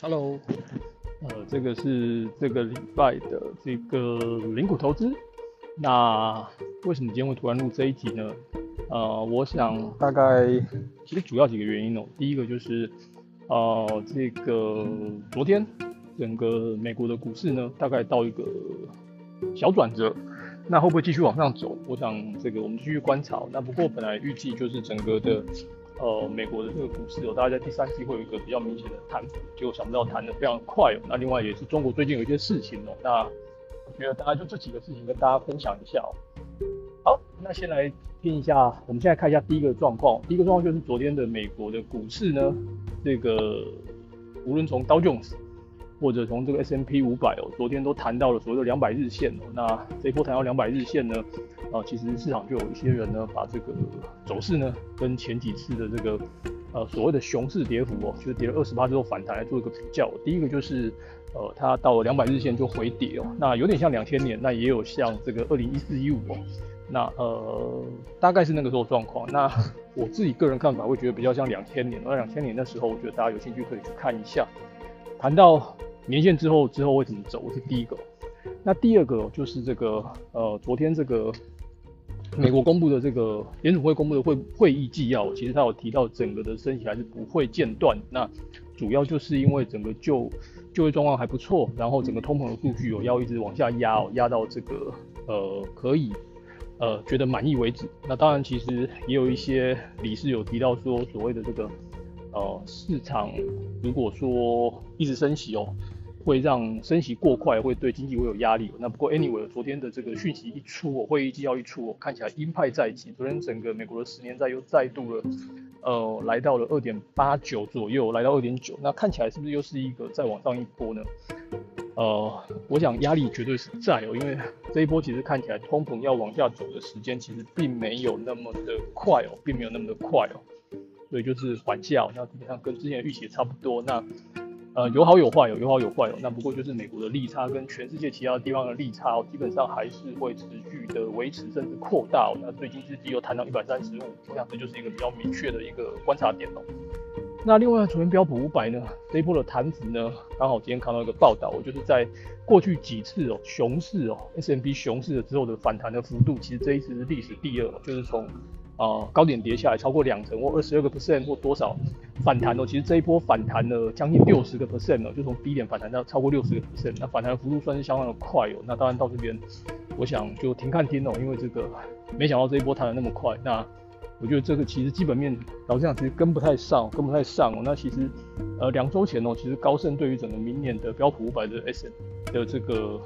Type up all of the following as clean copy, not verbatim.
Hello，这个是这个礼拜的这个零股投资。那为什么今天会突然录这一集呢？我想大概其实主要几个原因哦。第一个就是这个昨天整个美国的股市呢，大概到一个小转折。那会不会继续往上走？我想这个我们继续观察。那不过本来预计就是整个的美国的这个股市大概在第三季会有一个比较明显的弹幅，结果想不到弹得非常快哦。那另外也是中国最近有一些事情哦，那我觉得大概就这几个事情跟大家分享一下哦。好，那先来听一下，我们现在看一下第一个状况。第一个状况就是昨天的美国的股市呢，这个无论从道琼斯或者从这个 S&P 500昨天都谈到了所谓的200日线哦。那这一波谈到200日线呢，其实市场就有一些人呢，把这个走势呢跟前几次的这个所谓的熊市跌幅就是跌了28之后反弹来做一个比较。第一个就是它到了200日线就回跌哦，那有点像2000年，那也有像这个2014-15那大概是那个时候状况。那我自己个人看法会觉得比较像2000年，而2000年那时候我觉得大家有兴趣可以去看一下，谈到年线之后会怎么走，是第一个。那第二个就是这个昨天这个美国公布的这个联储会公布的会议纪要，其实它有提到整个的升息还是不会间断。那主要就是因为整个就业状况还不错，然后整个通膨的数据要一直往下压到这个可以觉得满意为止。那当然其实也有一些理事有提到说，所谓的这个市场如果说一直升息会让升息过快，会对经济会有压力。那不过 anyway， 昨天的这个讯息一出会议纪要一出看起来鹰派再起。昨天整个美国的10年债又再度了来到了 2.89 左右，来到 2.9， 那看起来是不是又是一个再往上一波呢？我想压力绝对是在因为这一波其实看起来通膨要往下走的时间其实并没有那么的快所以就是缓下那基本上跟之前的预期也差不多。那有好有坏那不过就是美国的利差跟全世界其他地方的利差基本上还是会持续的维持甚至扩大那最近日又谈到135，我想这就是一个比较明确的一个观察点那另外昨天标普500呢，这一波的弹幅呢，刚好今天看到一个报道就是在过去几次熊市S&P 熊市之后的反弹的幅度，其实这一次是历史第2就是从高点跌下来超过2成或22% 或多少反弹其实这一波反弹了将近60%就从低点反弹到超过60%，那反弹的幅度算是相当的快那当然到这边我想就停看听因为这个没想到这一波弹得那么快。那我觉得这个其实基本面老实讲其实跟不太上那其实2周前其实高盛对于整个明年的标普500的 S&P 的这个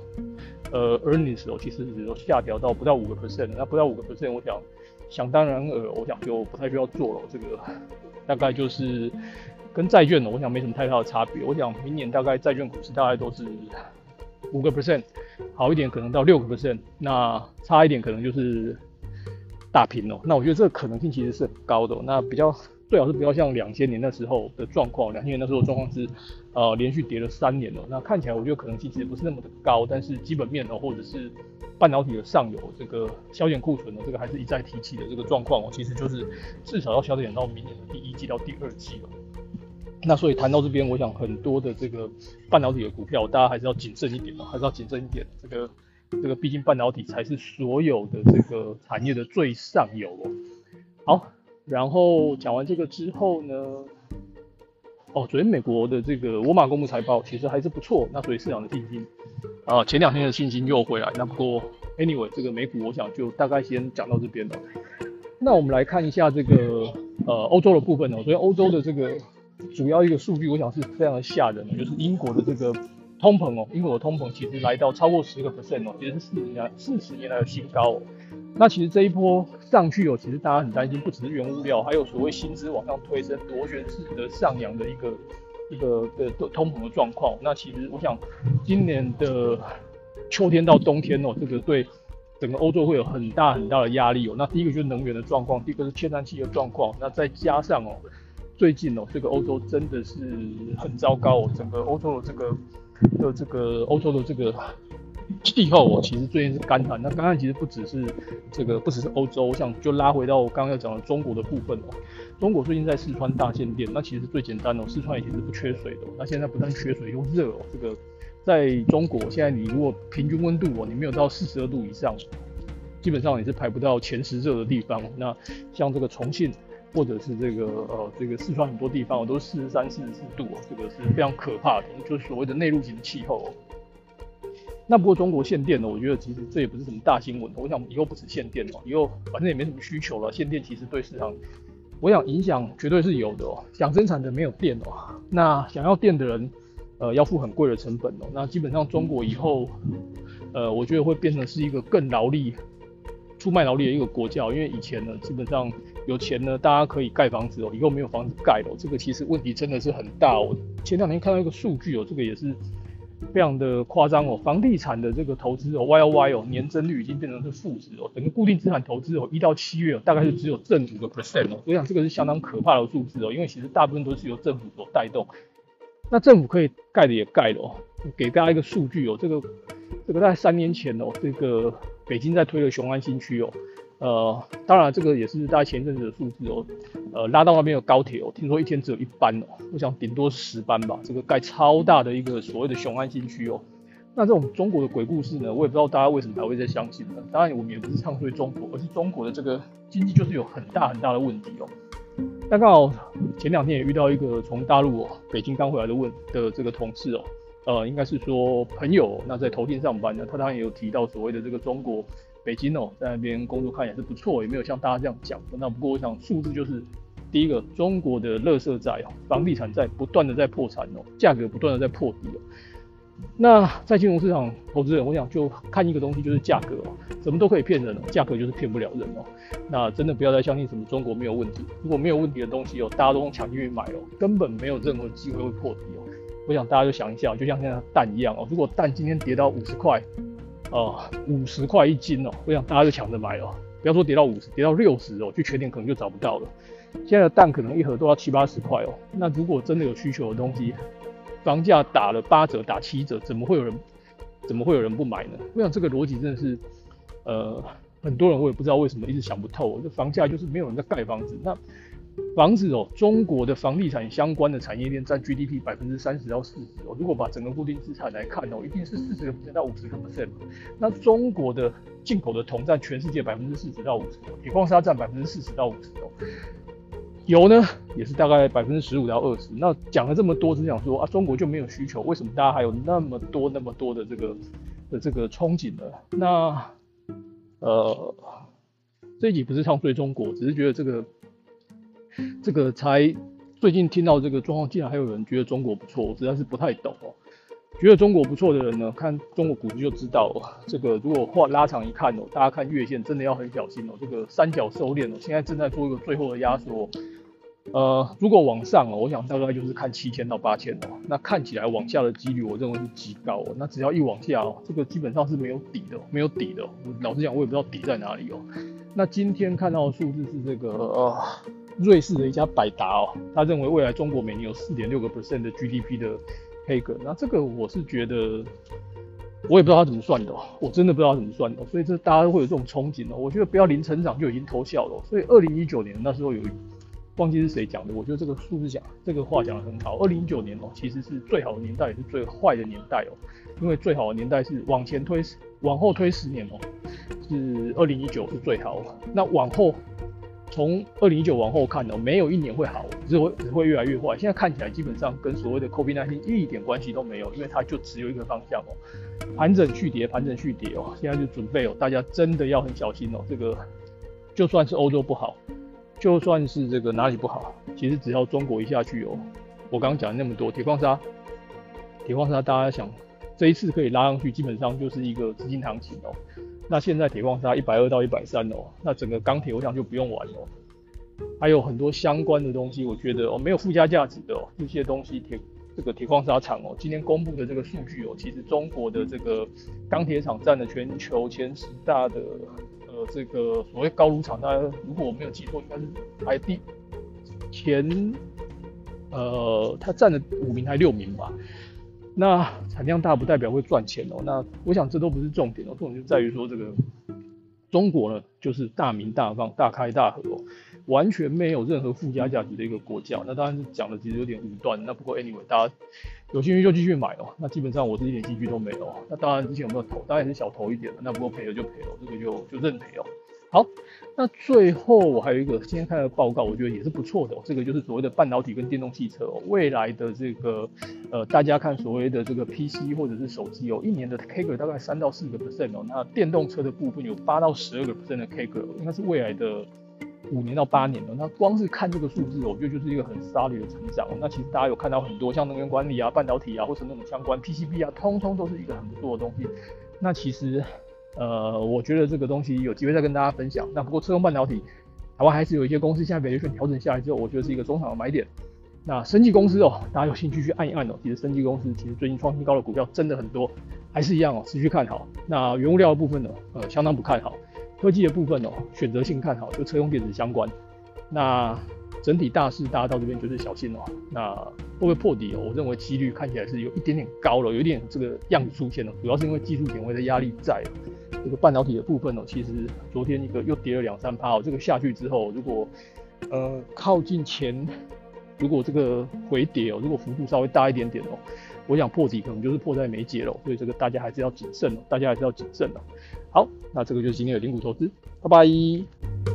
earnings其实都下调到不到 5%， 那不到 5% 我想当然我想就不太需要做了这个大概就是跟债券我想没什么太大的差别。我想明年大概债券股市大概都是 5%， 好一点可能到 6%， 那差一点可能就是大平那我觉得这个可能性其实是很高的那最好是不要像2000年那时候的状况，2000年那时候的状况是连续跌了3年那看起来我觉得可能性其实不是那么的高，但是基本面或者是半导体的上游这个削减库存这个还是一再提起的这个状况其实就是至少要削减到明年的第1季到第2季那所以谈到这边，我想很多的这个半导体的股票，大家还是要谨慎一点这个毕竟半导体才是所有的这个产业的最上游好，然后讲完这个之后呢，昨天美国的这个沃尔玛公布财报其实还是不错，那所以市场的信心前2天的信心又回来。那不过 anyway 这个美股我想就大概先讲到这边那我们来看一下这个欧洲的部分所以欧洲的这个主要一个数据我想是非常的吓人就是英国的这个通膨英国的通膨其实来到超过10%其实是40年来的新高那其实这一波上去其实大家很担心，不只是原物料，还有所谓薪资往上推升、螺旋式的上扬的一个通膨的状况。那其实我想，今年的秋天到冬天这个对整个欧洲会有很大的压力那第一个就是能源的状况，第一个是天然气的状况，那再加上最近这个欧洲真的是很糟糕整个欧洲的这个欧洲的这个气候其实最近是干旱。那干旱其实不只是欧洲，像就拉回到我刚刚要讲的中国的部分中国最近在四川大限电，那其实最简单四川以前是不缺水的那现在不但缺水又热这个在中国现在你如果平均温度你没有到42度以上，基本上你是排不到前10热的地方。那像这个重庆或者是这个四川很多地方都是43、44度这个是非常可怕的，就是所谓的内陆型气候那不过中国限电我觉得其实这也不是什么大新闻我想以后不止限电以后反正也没什么需求了，限电其实对市场我想影响绝对是有的想生产的没有电那想要电的人要付很贵的成本那基本上中国以后我觉得会变成是一个更劳力出卖劳力的一个国家因为以前呢基本上有钱呢大家可以盖房子以后没有房子盖了这个其实问题真的是很大前2天看到一个数据这个也是非常的夸张房地产的这个投资YOY年增率已经变成是负值整个固定资产投资1到7月大概是只有正5%我想这个是相当可怕的数字因为其实大部分都是由政府所带动，那政府可以盖的也盖了给大家一个数据这个大概3年前这个北京在推的雄安新区当然这个也是大概前一阵子的数字拉到那边有高铁听说一天只有1班我想顶多是10班吧，这个盖超大的一个所谓的雄安新区那这种中国的鬼故事呢，我也不知道大家为什么还会再相信呢？当然我们也不是唱衰中国，而是中国的这个经济就是有很大的问题那刚好前2天也遇到一个从大陆北京刚回来的这个同事应该是说朋友那在投信上班他当然也有提到所谓的这个中国北京在那边工作看也是不错，也没有像大家这样讲那不过我想数字就是第一个，中国的垃圾债房地产债不断的在破产价格不断的在破底那在金融市场投资人我想就看一个东西就是价格什么都可以骗人价格就是骗不了人那真的不要再相信什么中国没有问题，如果没有问题的东西大家都抢进去买根本没有任何机会会破底我想大家就想一下，就像现在蛋一样如果蛋今天跌到50块50块1斤我想大家就抢着买不要说跌到50，跌到60去全年可能就找不到了。现在的蛋可能1盒都要70、80块那如果真的有需求的东西，房价打了8折、打7折，怎么会有人不买呢？我想这个逻辑真的是很多人我也不知道为什么一直想不透这房价就是没有人在盖房子那房子中国的房地产相关的产业链占 GDP 30%到40%如果把整个固定资产来看一定是40%到50%那中国的进口的铜占全世界40%到50%铁矿砂占40%到50%油呢也是大概15%到20%那讲了这么多只想说中国就没有需求为什么大家还有那么多的这个憧憬呢那这一集不是唱衰中国只是觉得这个才最近听到这个状况，竟然还有人觉得中国不错，我实在是不太懂觉得中国不错的人呢，看中国股市就知道这个如果拉长一看大家看月线真的要很小心这个三角收敛现在正在做一个最后的压缩如果往上我想大概就是看7000到8000那看起来往下的几率我认为是极高那只要一往下这个基本上是没有底的老实讲我也不知道底在哪里那今天看到的数字是这个瑞士的一家百达他认为未来中国每年有4.6% 的 GDP 的黑格那这个我是觉得我也不知道他怎么算的我真的不知道他怎么算的所以这大家会有这种憧憬我觉得不要零成长就已经偷笑了所以2019年那时候有忘记是谁讲的我觉得这个数字讲这个话讲得很好2019年其实是最好的年代也是最坏的年代因为最好的年代是往后推10年是2019是最好那往后从2019往后看没有一年会好只会越来越坏现在看起来基本上跟所谓的 COVID-19 一点关系都没有因为它就只有一个方向盘整续跌现在就准备大家真的要很小心这个就算是欧洲不好就算是这个哪里不好其实只要中国一下去我刚刚讲那么多铁矿砂大家想这一次可以拉上去基本上就是一个资金行情那现在铁矿砂120到130那整个钢铁我想就不用玩还有很多相关的东西我觉得没有附加价值的这些东西这个铁矿砂厂今天公布的这个数据其实中国的这个钢铁厂占了全球前10大的这个所谓高炉厂大概如果我没有记错应该是排前它占了5名还6名吧那产量大不代表会赚钱哦。那我想这都不是重点哦，重点就在于说这个中国呢，就是大鸣大放、大开大合哦，完全没有任何附加价值的一个国家。那当然是讲的其实有点武断。那不过 anyway， 大家有兴趣就继续买哦。那基本上我是一点兴趣都没有。那当然之前有没有投，当然也是小投一点的。那不过赔了就赔了，这个就认赔哦。好，那最后我还有一个今天看的报告，我觉得也是不错的哦。这个就是所谓的半导体跟电动汽车哦，未来的这个大家看所谓的这个 PC 或者是手机哦，一年的 CAGR 大概3到4% 哦。那电动车的部分有8到12% 的 CAGR，应该是未来的5年到8年哦。那光是看这个数字哦，我觉得就是一个很solid的成长哦。那其实大家有看到很多像能源管理啊、半导体啊，或是那种相关 PCB 啊，通通都是一个很不错的东西。那其实我觉得这个东西有机会再跟大家分享。那不过车用半导体，台湾还是有一些公司现在 valuation 调整下来之后，我觉得是一个中场的买点。那生技公司哦，大家有兴趣去按一按哦。其实生技公司其实最近创新高的股票真的很多，还是一样哦，持续看好。那原物料的部分呢，相当不看好。科技的部分哦，选择性看好，就车用电子相关。那整体大势大家到这边就是小心哦。那会不会破底哦？我认为几率看起来是有一点点高了，有一点这个样子出现了，主要是因为技术点位的压力在。这个半导体的部分哦，其实昨天一个又跌了2-3%哦，这个下去之后，如果靠近前，如果这个回跌哦，如果幅度稍微大一点点哦，我想破底可能就是迫在眉睫了，所以这个大家还是要谨慎哦，大家还是要谨慎哦。好，那这个就是今天的零股投资，拜拜。